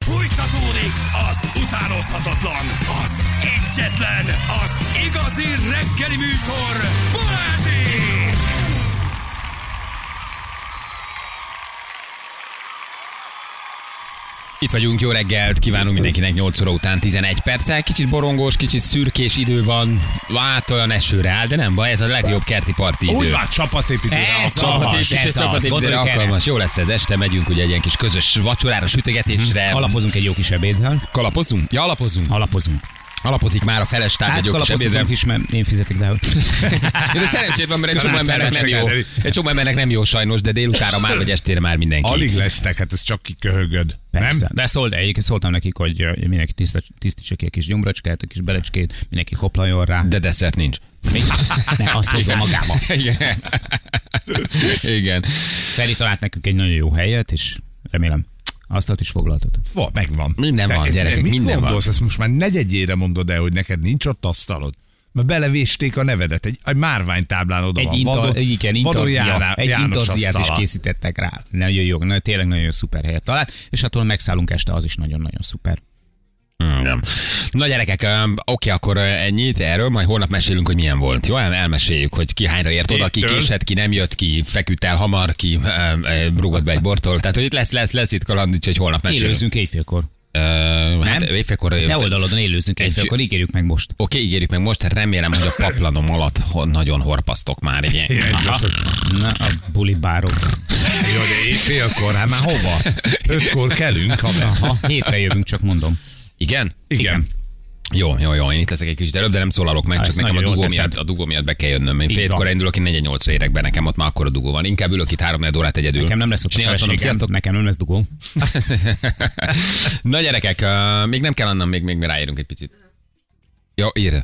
Fújtatódik az utánozhatatlan, az egyetlen, az igazi reggeli műsor, Balázsék! Itt vagyunk, jó reggelt, kívánunk mindenkinek 8 óra után 11 perccel. Kicsit borongós, kicsit szürkés idő van, hát olyan esőre áll, de nem baj, ez a legjobb kerti parti idő. Úgy van, csapatépítőre Csapatépítőre alkalmas. Jó lesz ez, este megyünk ugye egy ilyen kis közös vacsorára, sütögetésre. Alapozunk egy jó kis ebéddel. Kalapozunk? Ja, alapozunk. Alapozik már a feles tárgy egy jó kis ebédre. Is, mert én fizetek be. De szerencsét van, mert egy csomó embernek nem jó. Egy csomó embernek nem jó sajnos, de délutára már vagy estére már mindenki. Alig lesztek, hát ez csak kiköhögöd. Persze. Nem? De egyébként szóltam nekik, hogy mindenki tisztítsa ki egy kis gyomracskát, egy kis belecskét, mindenki koplaljon rá. De desszert nincs. Ne, azt hozom magába. Igen. Feri talált nekünk egy nagyon jó helyet, és remélem asztalt is foglaltad. Megvan. Minden van, gyerekek, minden gondolsz, van. Ezt most már negyedjére mondod el, hogy neked nincs ott asztalod? Mert belevésték a nevedet, egy márványtáblán oda van. Egy intorziát is készítettek rá. Nagyon jó, tényleg nagyon jó, szuper helyet talált, és attól megszállunk este, az is nagyon-nagyon szuper. Nem. Na gyerekek, oké, akkor ennyit erről, majd holnap mesélünk, hogy milyen volt. Jó, elmeséljük, hogy ki hányra ért oda, ki késett, ki nem jött, ki feküdt el hamar, ki rúgott be egy bortól. Tehát, hogy lesz itt kaland, úgyhogy holnap mesélünk. Élőzünk éjfélkor. Hát éjfélkor... Te oldalodon élőzünk éjfélkor, ígérjük meg most. Oké, ígérjük meg most, remélem, hogy a paplanom alatt nagyon horpasztok már. Na, a buli bárok. Jó, de éjfélkor, hát már hova? 5-kor kelünk, Hétre jövünk, csak mondom. Igen? Igen. Jó, én itt leszek egy kicsit előbb, de nem szólalok meg, csak nekem a dugó miatt be kell jönnöm. Én fél hétkor indulok, én 4-8-ra érek be, nekem ott már akkor a dugó van. Inkább ülök itt 3-4 órát egyedül. Nekem nem lesz ott a feleségem, nekem nem lesz dugó. Na gyerekek, még nem kell annak, még ráérünk egy picit. Jó, írd.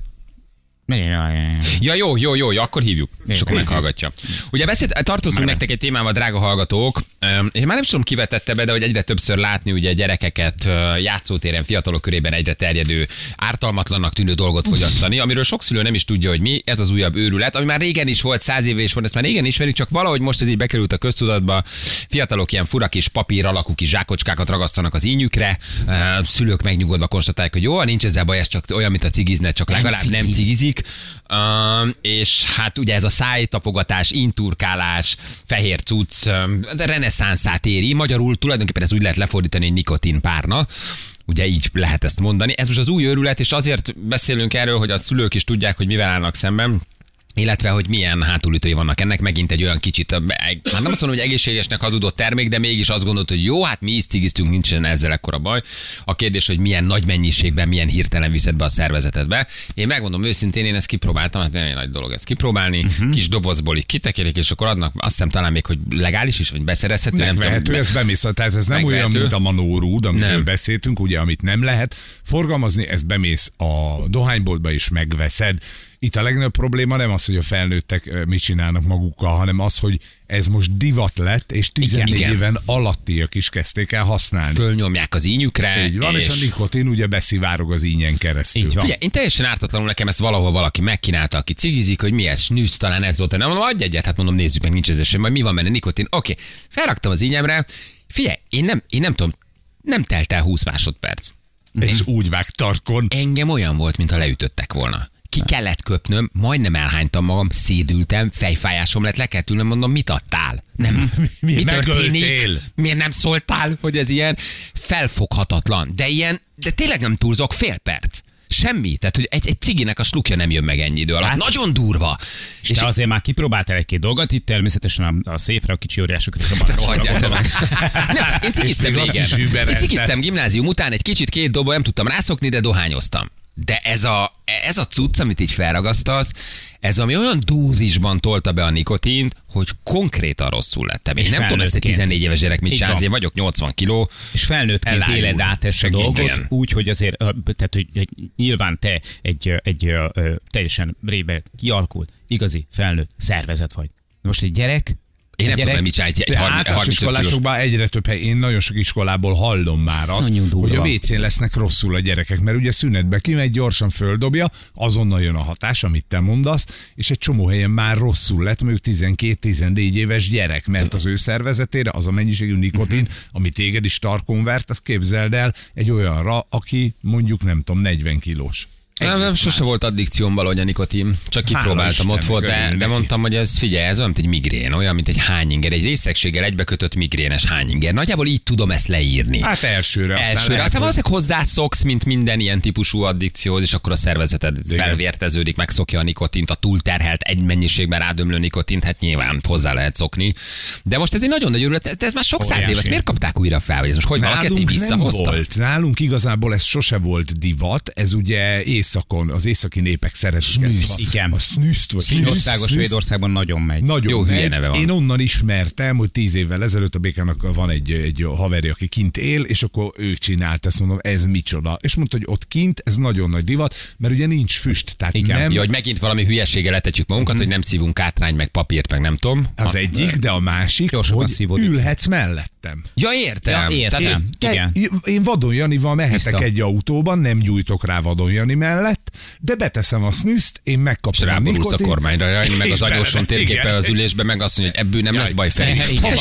Ja, jó, akkor hívjuk. És akkor meghallgatja. Ugye tartozunk nektek egy témával, drága hallgatók. Én már nem tudom, kivetette be, de hogy egyre többször látni ugye gyerekeket játszótéren, fiatalok körében egyre terjedő, ártalmatlannak tűnő dolgot fogyasztani, amiről sok szülő nem is tudja, hogy mi. Ez az újabb őrület, ami már régen is volt, 100 éve is volt, ezt már régen ismerik, csak valahogy most ez így bekerült a köztudatba. Fiatalok ilyen fura kis papír alakú kis zsákocskákat ragasztanak az ínyükre. Szülők megnyugodva konstatálják, hogy jó, nincs ezzel baj, ez csak olyan, mint a cigizne, csak legalább nem cigizik. És hát ugye ez a szájtapogatás, inturkálás, fehér cucc, de reneszánszát éri. Magyarul tulajdonképpen ez úgy lehet lefordítani, hogy nikotinpárna. Ugye így lehet ezt mondani. Ez most az új őrület, és azért beszélünk erről, hogy a szülők is tudják, hogy mivel állnak szemben, illetve, hogy milyen hátulütői vannak ennek, megint egy olyan kicsit, hát nem azt mondom, hogy egészségesnek hazudott termék, de mégis azt gondolt, hogy jó, hát mi is cigiztünk, nincsen ezzel ekkora baj. A kérdés, hogy milyen nagy mennyiségben, milyen hirtelen viszed be a szervezetedbe. Én megmondom őszintén, én ezt kipróbáltam, hát nem egy nagy dolog ezt kipróbálni, kis dobozból így kitekerik, és akkor adnak, azt hiszem talán még, hogy legális is, vagy beszerezhető. Megvehető, ez bemész, tehát ez nem olyan, mint a manórúd, amiről beszéltünk, ugye, amit nem lehet forgalmazni, ez bemész a dohányboltba és megveszed. Itt a legnagyobb probléma nem az, hogy a felnőttek mit csinálnak magukkal, hanem az, hogy ez most divat lett, és 14 éven alattiak is kezdték el használni. Fölnyomják az ínyükre. Így van, és a nikotin ugye beszivárog az ínyen keresztül. Figyelj, én teljesen ártatlanul nekem ezt valahol valaki megkínálta, aki cigizik, hogy mi ez, snűz, talán ez volt. Nem mondom, adj egyet, hát mondom, nézzük meg, nincs ez sem, majd mi van benne, nikotin. Oké, felraktam az ínyemre. Figyelj, én nem tudom, nem telt el 20 másodperc. És úgy vág tarkon. Engem olyan volt, mintha leütöttek volna. Ki kellett köpnöm, majdnem elhánytam magam, szédültem, fejfájásom lett, le kellett ülnöm, mondom, mit adtál? Nem. Mi történik? Miért nem szóltál, hogy ez ilyen felfoghatatlan? De tényleg nem túlzok, fél perc. Semmi. Tehát, hogy egy ciginek a slukja nem jön meg ennyi idő alatt. Hát, nagyon durva. És te azért már kipróbáltál egy-két dolgot, itt természetesen a széfre, a kicsi óriásokat is a balra. Én cigiztem régen. Én cigiztem gimnázium után, egy kicsit két dobo, nem tudtam rászokni, de dohányoztam. De ez a cucc, amit így felragasztasz, ez ami olyan dózisban tolta be a nikotint, hogy konkrétan rosszul lettem. Én nem tudom, ezt egy 14 éves gyerek mit csinál, én vagyok 80 kiló. És felnőttként éled át ezt a dolgot, úgy, hogy azért, tehát, hogy nyilván te egy teljesen rébe kialakult, igazi felnőtt szervezet vagy. Most egy gyerek Én nem tudom, mit csinál egy 30 iskolásokban egyre több hely. Én nagyon sok iskolából hallom már azt, hogy a WC-n lesznek rosszul a gyerekek, mert ugye szünetbe kimegy, gyorsan földobja, azonnal jön a hatás, amit te mondasz, és egy csomó helyen már rosszul lett, mondjuk 12-14 éves gyerek, mert az ő szervezetére az a mennyiségű nikotin, ami téged is tarkon vert, azt képzeld el egy olyanra, aki mondjuk nem tudom, 40 kilós. Nem, sose volt addikcióm valahogy a nikotin, csak kipróbáltam, ott volt, de mondtam, hogy ez figyelj, ez olyan, mint egy migrén, olyan, mint egy hányinger, egy részegséggel egybekötött migrénes hányinger. Nagyjából így tudom ezt leírni. Hát elsőre. Aztán valószínűleg hozzászoksz, mint minden ilyen típusú addikcióhoz, és akkor a szervezeted felvérteződik, megszokja a nikotint, a túlterhelt egy mennyiségben rádömlő nikotint, hát nyilván hozzá lehet szokni. De most ez egy nagyon nagy örület, ez már sok száz év, ezt miért kapták újra fel? Vagy ez most hogy valaki ezt így visszahozta? Nálunk igazából ez sose volt divat, ez ugye északon, az északi népek szeretik ezt. Igen. A snűzt, vagy Finországos Svédországban nagyon megy. Nagyon jó hülye neve van. Én onnan ismertem, hogy 10 évvel ezelőtt a Békának van egy haverja, aki kint él, és akkor ő csinált ezt, mondom, ez micsoda. És mondta, hogy ott kint ez nagyon nagy divat, mert ugye nincs füst. Tehát igen. nem... Ja, hogy megint valami hülyeséggel letetjük magunkat, hogy nem szívunk kátrány, meg papírt, meg nem tudom. Az egyik, de a másik, hogy ülhetsz mellettem. Ja, értem. Igen. Én Vadon Janival mehetek egy autóban, nem gyújtok rá Vadon Jani mellett, de beteszem a snűzt, én megkapom a nikotin. A kormányra, meg az agyóson térképpel az ülésbe, meg azt mondja, hogy ebből nem lesz baj, Feri.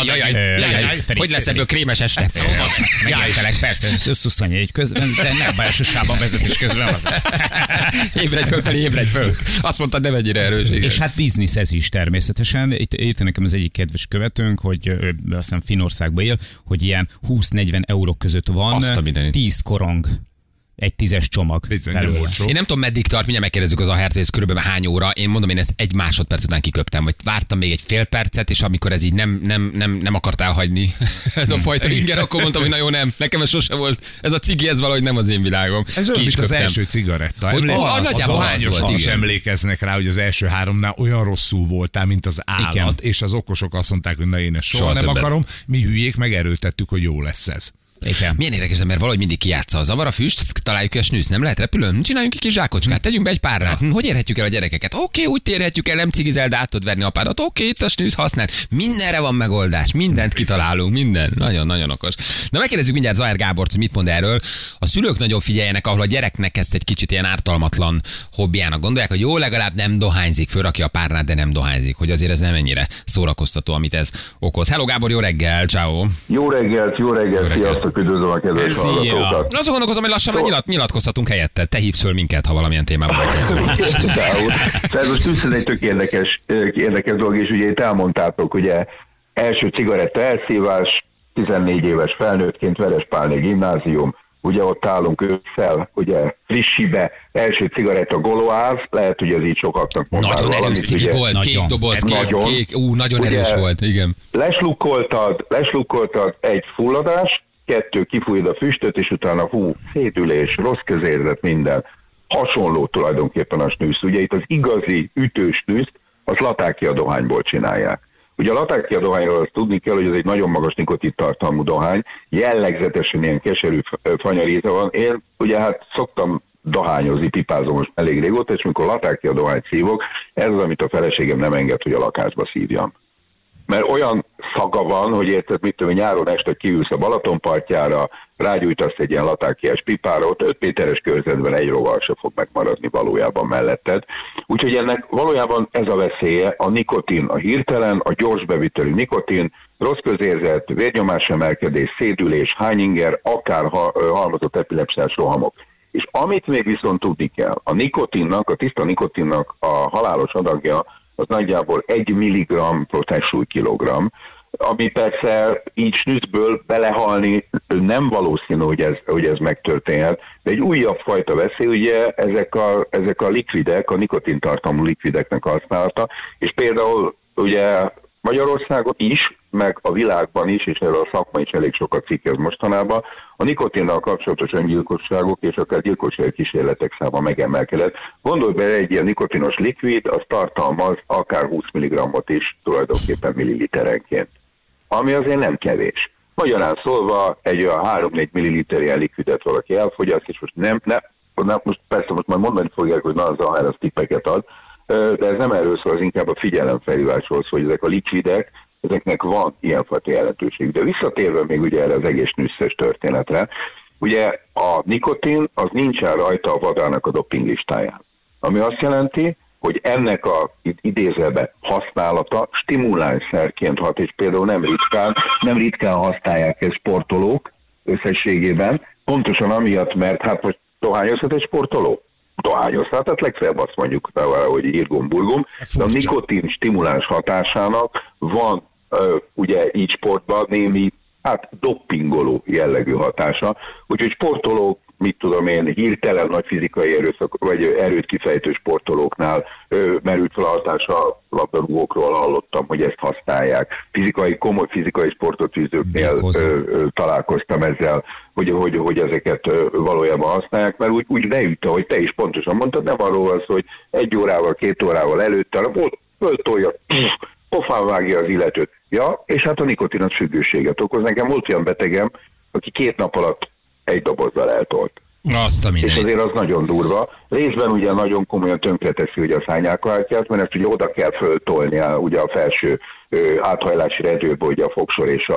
Hogy lesz ebből krémes este? Megjeltelek, persze, összusszanya egy közben, de nem bajososában vezetés közben az. Ébredj föl, Feri, ébredj föl. Azt mondtad, nem ennyire erős. És hát biznisz ez is természetesen. Itt írta nekem az egyik kedves követőnk, hogy azt hiszem Finnországban él, hogy ilyen 20-40 euró között van 10 korong. Egy 10-es csomag. Én nem tudom, meddig tart, mindjárt megkérdezzük az AHR-t, hogy ez körülbelül hány óra. Én mondom, én ezt egy másodperc után kiköptem, vagy vártam még egy fél percet, és amikor ez így nem akart elhagyni ez a fajta inger, akkor mondtam, hogy na jó, nem, nekem ez sose volt. Ez a cigi, ez valahogy nem az én világom. Ez olyan, mint az első cigaretta. Nagyjából hányosok is emlékeznek rá, hogy az első 3-nál olyan rosszul voltál, mint az állat, és az okosok azt mondták, hogy na én ezt soha nem akarom. Mi hülyék megerőltettük, hogy jó lesz ez. Igen. Milyen érdekes, mert valahogy mindig kijátsza a zavar, a füst, találjuk ki a snűzt, nem lehet repülőn? Csináljunk ki kis zsákocskát, tegyünk be egy párnát. Hogy érhetjük el a gyerekeket? Oké, úgy térhetjük el, nem cigizeld, át tud verni apádat. Oké, itt a snűz használt. Mindenre van megoldás, mindent kitalálunk, minden. Nagyon-nagyon okos. Na megkérdezzük mindjárt Zajár Gábort, hogy mit mond erről. A szülők nagyon figyeljenek, ahol a gyereknek ezt egy kicsit ilyen ártalmatlan hobbiának gondolják, hogy jó, legalább nem dohányzik, fölrakja a párnát, de nem dohányzik, hogy azért ez nem ennyire szórakoztató, amit ez okoz. Hello Gábor, jó reggel, ciao. Jó reggelt, sziasztok, üdvözlöm a kedves hallgatókat. Azon gondolkozom, hogy lassan már nyilatkozhatunk helyette. Te hívsz föl minket, ha valamilyen témában megkezdünk. Ez most egy tök érdekes dolog, és ugye itt elmondtátok, ugye első cigaretta elszívás, 14 éves felnőttként Verespálné gimnázium, ugye ott állunk ősszel, ugye frissibe, első cigaretta Goloáz, lehet, hogy ez így sokaknak mondál nagyon valamit. Nagyon erős cigi volt, kék doboz, kék, nagyon ugye, erős volt, igen. Leslukkoltad, egy fulladás, 2 kifújod a füstöt, és utána szédülés, rossz közérzet, minden. Hasonló tulajdonképpen a snűsz. Ugye itt az igazi ütős snűszt, az latákia dohányból csinálják. Ugye a latákia dohányról azt tudni kell, hogy ez egy nagyon magas nikotintartalmú dohány, jellegzetesen ilyen keserű fanyaríze van. Én ugye hát szoktam dohányozni, pipázom most elég régóta, és mikor latákia dohányt szívok, ez az, amit a feleségem nem enged, hogy a lakásba szívjam. Mert olyan szaga van, hogy érted, mit tudom, nyáron este kiülsz a Balatonpartjára, rágyújtasz egy ilyen latákiás pipára, ott 5 méteres körzetben egy roval se fog megmaradni valójában melletted. Úgyhogy ennek valójában ez a veszélye, a nikotin, a hirtelen, a gyors bevitelű nikotin, rossz közérzet, vérnyomásemelkedés, szédülés, hányinger, akár halmozott epilepsziás rohamok. És amit még viszont tudni kell, a nikotinnak, a tiszta nikotinnak a halálos adagja, az nagyjából 1 mg/súlykilogramm, ami persze így snützből belehalni nem valószínű, hogy ez megtörténhet, de egy újabb fajta veszély, ugye ezek a likvidek, a nikotintartalmú likvideknek használata, és például ugye Magyarországon is, meg a világban is, és erről a szakma is elég sokat cikkez mostanában, a nikotinnal kapcsolatos öngyilkosságok és akár gyilkossági kísérletek száma megemelkedett. Gondolj bele, egy ilyen nikotinos likvid, az tartalmaz akár 20 mg-ot is tulajdonképpen milliliterenként, ami azért nem kevés. Magyarán szólva egy olyan 3-4 milliliter ilyen likvidet valaki elfogyaszt, és most persze majd mondani fogják, hogy na az a tippeket ad, de ez nem erről szól, az inkább a figyelemfelhívásról szól, hogy ezek a likvidek, ezeknek van ilyenfajta jelentőség. De visszatérve még ugye erre az egész nüsszes történetre, ugye a nikotin az nincsen rajta a vadának a doping listáján. Ami azt jelenti, hogy ennek a idézőbe használata stimulánszerként hat, és például nem ritkán használják ezt sportolók összességében, pontosan amiatt, mert hát most dohányozhat egy sportoló? Dohányozhat, tehát legfeljebb azt mondjuk, hogy irgum-burgum, de a nikotin stimuláns hatásának van ugye így sportban némi doppingoló jellegű hatása, úgyhogy sportolók, mit tudom én, hirtelen nagy fizikai erőszak, vagy erőt kifejtő sportolóknál merült fel a hatása, a labdarúgókról hallottam, hogy ezt használják. Komoly fizikai sportot űzőknél találkoztam ezzel, hogy ezeket valójában használják, mert úgy beütte, hogy te is pontosan mondtad, nem arról van szó, hogy 1 órával, 2 órával előtte, hanem föltolja, pofán vágja az illetőt. Ja, és hát a nikotin az függőséget okoz. Nekem volt olyan betegem, aki 2 nap alatt 1 dobozzal eltolt. És azért az nagyon durva. Részben ugye nagyon komolyan tönkreteszi ugye a szányálkahártyát, mert ezt ugye oda kell föltolni ugye a felső áthajlási redőbe ugye a fogsor és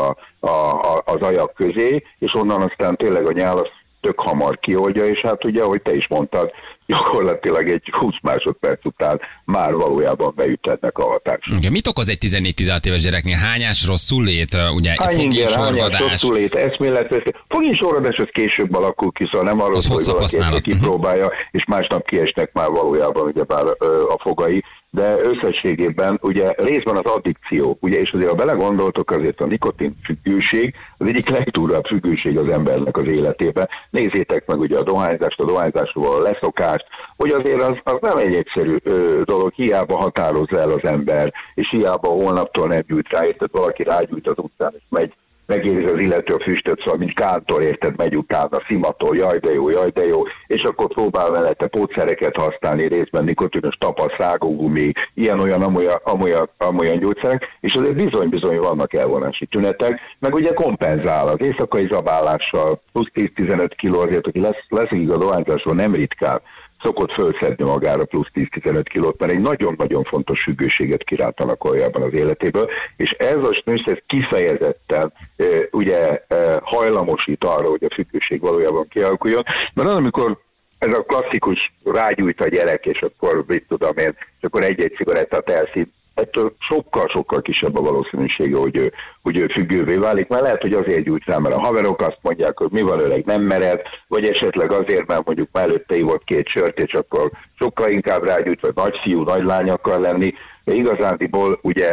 az ajak közé, és onnan aztán tényleg a nyál az tök hamar kioldja, és hát ugye, ahogy te is mondtad, gyakorlatilag egy 20 másodperc után már valójában beüthetnek a hatás. Okay, mit okoz egy 14-16 éves gyereknél? Hányás, rosszul lét, ugye foginsorvadás? Rosszul lét, eszméletvesztés. Foginsorvadás az később alakul ki, szóval nem arról, hogy valaki kipróbálja, és másnap kiesnek már valójában ugye bár a fogai, de összességében ugye részben az addikció, ugye, és azért ha belegondoltok, azért a nikotin függőség az egyik legdurvább függőség az embernek az életében. Nézzétek meg ugye a dohányzásról a leszokást, hogy azért az nem egy egyszerű dolog, hiába határozza el az ember, és hiába holnaptól nem gyújt rá, érted, valaki rágyújt az utcán, és megy, megérzi az illető a füstöt, szóval mint kántor, érted, megy utána, szimatol, jaj de jó, és akkor próbál vele te pótszereket használni, részben nikotinos tapasz, rágógumi, ilyen-olyan, amolyan gyógyszerek, és azért bizony vannak elvonási tünetek, meg ugye kompenzál az éjszakai zabálással, plusz 10-15 kiló azért, aki leszakik a dohányzásról nem ritkán, szokott fölszedni magára plusz 10-15 kilót, mert egy nagyon-nagyon fontos függőséget kirántanak olyában az életéből, és ez a snus, ez kifejezetten ugye hajlamosít arra, hogy a függőség valójában kialakuljon, mert az, amikor ez a klasszikus rágyújt a gyerek, és akkor mit tudom én, és akkor egy-egy cigarettát elszít, ettől sokkal kisebb a valószínűsége, hogy ő függővé válik, mert lehet, hogy azért gyújt rá, mert a haverok azt mondják, hogy mi van, öreg nem mered, vagy esetleg azért, mert mondjuk már előtte ivott 2 sört, és akkor sokkal inkább rágyújt, vagy nagy fiú, nagy lány akar lenni, de igazándiból ugye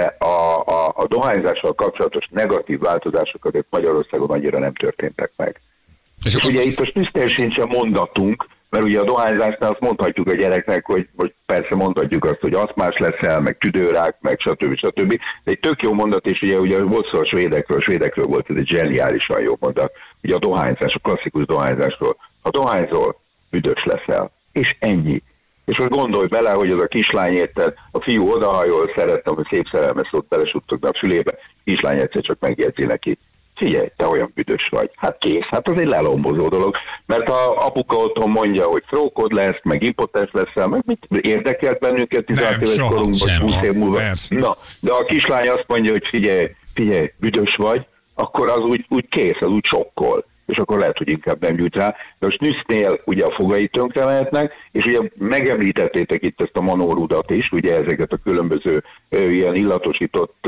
a dohányzással kapcsolatos negatív változások azért Magyarországon annyira nem történtek meg. És ugye itt a snusnél sincsen mondatunk, mert ugye a dohányzásnál azt mondhatjuk a gyereknek, hogy persze mondhatjuk azt, hogy asztmás leszel, meg tüdőrák, meg stb. De egy tök jó mondat, és ugye volt szó a svédekről volt ez egy zseniálisan jó mondat, ugye a dohányzás, a klasszikus dohányzásról. Ha dohányzol, büdös leszel. És ennyi. És most gondolj bele, hogy az a kislány érted, a fiú odahajol, szerettem, hogy szép szerelmes szót belesuttogna a fülébe, kislány egyszer csak megjegyzi neki. Figyelj, te olyan büdös vagy. Hát kész, hát az egy lelombozó dolog. Mert a apuka otthon mondja, hogy trókod lesz, meg impotens leszel, meg mit érdekelt bennünket 16 éves korunkban, 20 év múlva. Na, de a kislány azt mondja, hogy figyelj, büdös vagy, akkor az úgy kész, az úgy sokkol. És akkor lehet, hogy inkább nem jut rá. De a snusnél ugye a fogai tönkre mehetnek, és ugye megemlítettétek itt ezt a manórudat is, ugye ezeket a különböző ilyen illatosított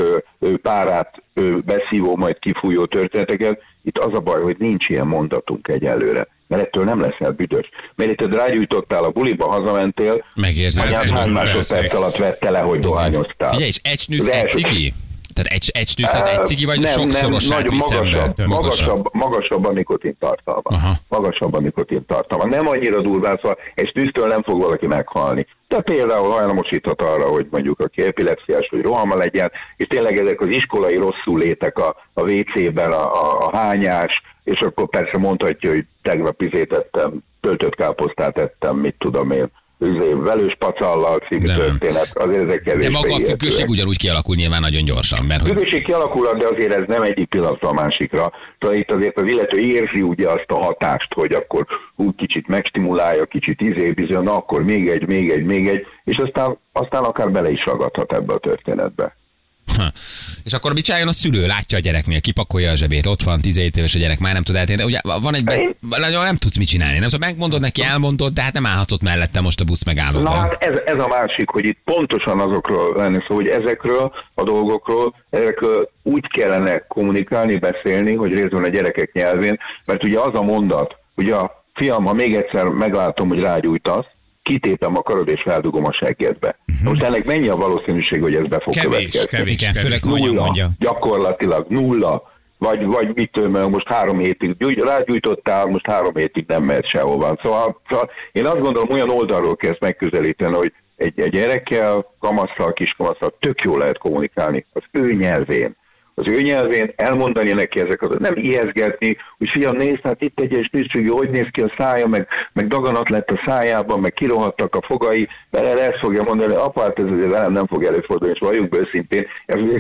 párát beszívó, majd kifújó történeteket. Itt az a baj, hogy nincs ilyen mondatunk egyelőre, mert ettől nem leszel büdös. Mert itt rágyújtottál a buliba, hazamentél, hány másodperc alatt vette le, hogy dohányoztál. Figyelj, és egy snus, egy cigi? Tehát egy snus az egy cigi, vagy sokszorosát viszem be? Magasabb a nikotintartalma. Magasabb a nikotintartalma. Nem annyira durván, szóval egy snustől nem fog valaki meghalni. De például hajlamosíthat arra, hogy mondjuk aki epilepsziás, vagy rohama legyen, és tényleg ezek az iskolai rosszul létek a WC-ben, a hányás, és akkor persze mondhatja, hogy tegnap tettem, töltött káposztát ettem, mit tudom én, velős pacallal című történet, azért ezek kevésbé. De maga a függőség ugyanúgy kialakul nyilván nagyon gyorsan. Mert hogy... Függőség kialakul, de azért ez nem egyik pillanatra a másikra. Tehát itt azért az illető érzi ugye azt a hatást, hogy akkor úgy kicsit megstimulálja, kicsit bizony, na akkor még egy, és aztán akár bele is ragadhat ebbe a történetbe. És akkor mit csináljon a szülő? Látja a gyereknél, kipakolja a zsebét, ott van, 17 éves a gyerek, már nem tud eltérni. Ugye van nem tudsz mit csinálni. Nem szóval megmondod neki, elmondod, de hát nem állhatsz ott mellette most a busz megállóban. Na hát ez a másik, hogy itt pontosan azokról lenne szó, hogy ezekről a dolgokról, ezekről úgy kellene kommunikálni, beszélni, hogy részben a gyerekek nyelvén, mert ugye az a mondat, ugye fiam, ha még egyszer meglátom, hogy rágyújtasz, kitépem a karod és feldugom a seggedbe. Most ennek mennyi a valószínűség, hogy ez be fog következni? Kevés. Főleg nulla, gyakorlatilag nulla. Vagy mit tudom, most 3 hétig rágyújtottál, most 3 hétig nem mehet sehova. Szóval én azt gondolom, olyan oldalról kezd megközelíteni, hogy egy gyerekkel, kamasszal, kiskamasszal tök jól lehet kommunikálni az ő nyelvén. Az ő nyelvén elmondani neki ezeket, nem ijeszgetni, hogy fiam, nézd, hát itt egy snüsztrügi, hogy néz ki a szája, meg daganat lett a szájában, meg kirohadtak a fogai, mert ezt fogja mondani, apa, hát ez azért velem nem fog előfordulni, és valljuk be őszintén, ez ugye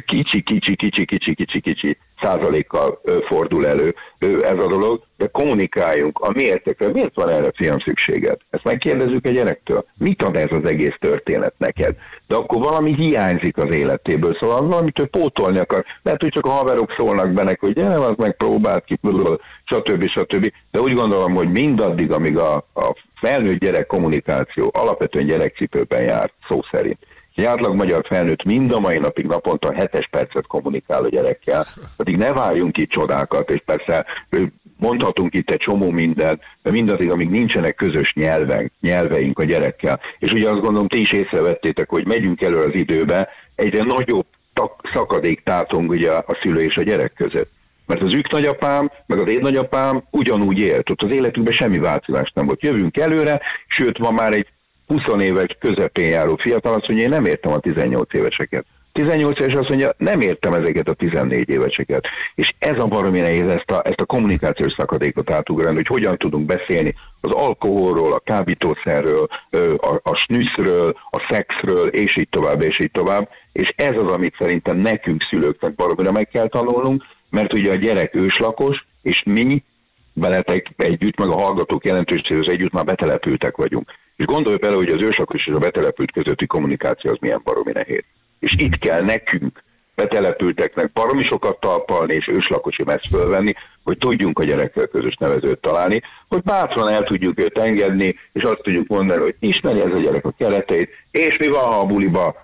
kicsi százalékkal fordul elő ez a dolog, de kommunikáljunk a miértekre. Miért van erre, fiam, szükséged? Ezt megkérdezzük a gyerektől. Mit ad ez az egész történet neked? De akkor valami hiányzik az életéből, szóval valamit ő pótolni akar. Lehet, hogy csak a haverok szólnak be neki, hogy gyere, az meg próbáld ki, stb. De úgy gondolom, hogy mindaddig, amíg a felnőtt gyerek kommunikáció alapvetően gyerekcipőben jár, szó szerint. Egy átlag magyar felnőtt mind a mai napig naponta 7 percet kommunikál a gyerekkel, addig ne várjunk itt csodákat, és persze mondhatunk itt egy csomó mindent, de mindaddig, amíg nincsenek közös nyelveink a gyerekkel. És ugye azt gondolom, ti is észrevettétek, hogy megyünk elő az időbe, egyre nagyobb szakadék tátong ugye a szülő és a gyerek között. Mert az ők nagyapám, meg az én nagyapám ugyanúgy élt. Ott az életünkben semmi változás nem volt. Jövünk előre, sőt, ma már egy 20 éves közepén járó fiatal azt mondja, én nem értem a 18 éveseket. 18 éves azt mondja, nem értem ezeket a 14 éveseket. És ez a baromi nehéz ezt a kommunikációs szakadékot átugrani, hogy hogyan tudunk beszélni az alkoholról, a kábítószerről, a snüszről, a szexről, és így tovább, és így tovább. És ez az, amit szerintem nekünk szülőknek baromira meg kell tanulnunk, mert ugye a gyerek őslakos, és mi veletek együtt, meg a hallgatók jelentős együtt már betelepültek vagyunk. És gondolj bele, hogy az őslakos és a betelepült közötti kommunikáció az milyen baromi nehéz. És itt kell nekünk betelepülteknek baromi sokat talpalni és őslakosi meszt fölvenni, hogy tudjunk a gyerekkel közös nevezőt találni, hogy bátran el tudjuk őt engedni, és azt tudjuk mondani, hogy ismeri ez a gyerek a kereteit, és mi van, ha a buliba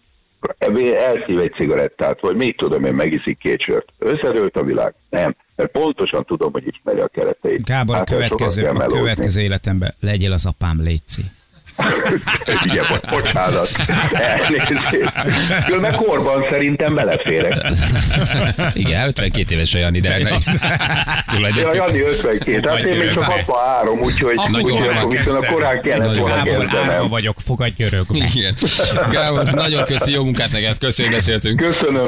elszív egy cigarettát, vagy mit tudom én, megiszik 2 sört. Összedőlt a világ? Nem. Mert pontosan tudom, hogy ismeri a kereteit. Gábor, a következő életemben legyél az apám, létszi. Igen, bocsánat. Elnézést. Különben korban szerintem beleférek. Igen, 52 éves a Jani, de... Ja, Jani 52, hát én még csak 63, úgyhogy viszont a korán kellett volna kezdenem. Vagyok, fogadj örökbe. Igen. Gábor, nagyon köszi, jó munkát neked, köszönjük, beszéltünk. Köszönöm.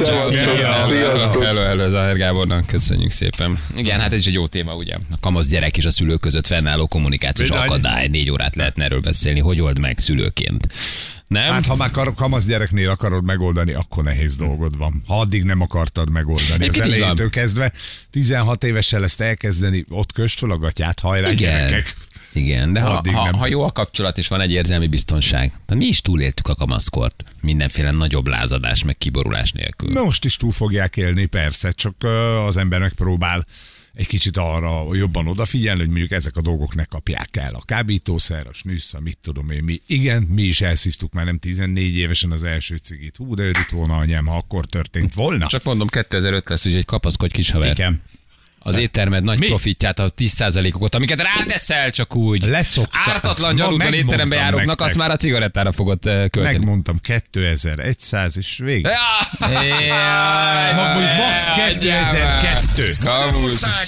Hello, Zahár Gábornak, köszönjük szépen. Igen, hát ez is egy jó téma, ugye. A kamasz gyerek és a szülők között fennálló kommunikációs akadály. 4 órát lehetne erről beszélni, hogy old meg szülőként. Nem? Hát ha már kamasz gyereknél akarod megoldani, akkor nehéz dolgod van. Ha addig nem akartad megoldani. Az elejétől kezdve 16 évesen ezt elkezdeni, ott köst fel a gatyát, hajrá gyerekek. Igen, de ha jó a kapcsolat és van egy érzelmi biztonság, mi is túléltük a kamaszkort. Mindenféle nagyobb lázadás, meg kiborulás nélkül. Most is túl fogják élni, persze, csak az ember megpróbál egy kicsit arra jobban odafigyelni, hogy mondjuk ezek a dolgok ne kapják el. A kábítószer, a snüsz, a mit tudom én mi. Igen, mi is elszívtuk már nem 14 évesen az első cigit. Hú, de örült volna anyám, ha akkor történt volna. Csak mondom, 2005 lesz, úgyhogy kapaszkodj kis haver. Igen. Az éttermed nagy profitját, a 10%-okat, amiket ráteszel csak úgy. Ártatlan gyarúttal étterembe járóknak, azt már a cigarettára fogod költeni. Megmondtam, 2100 és vége. Max 2002.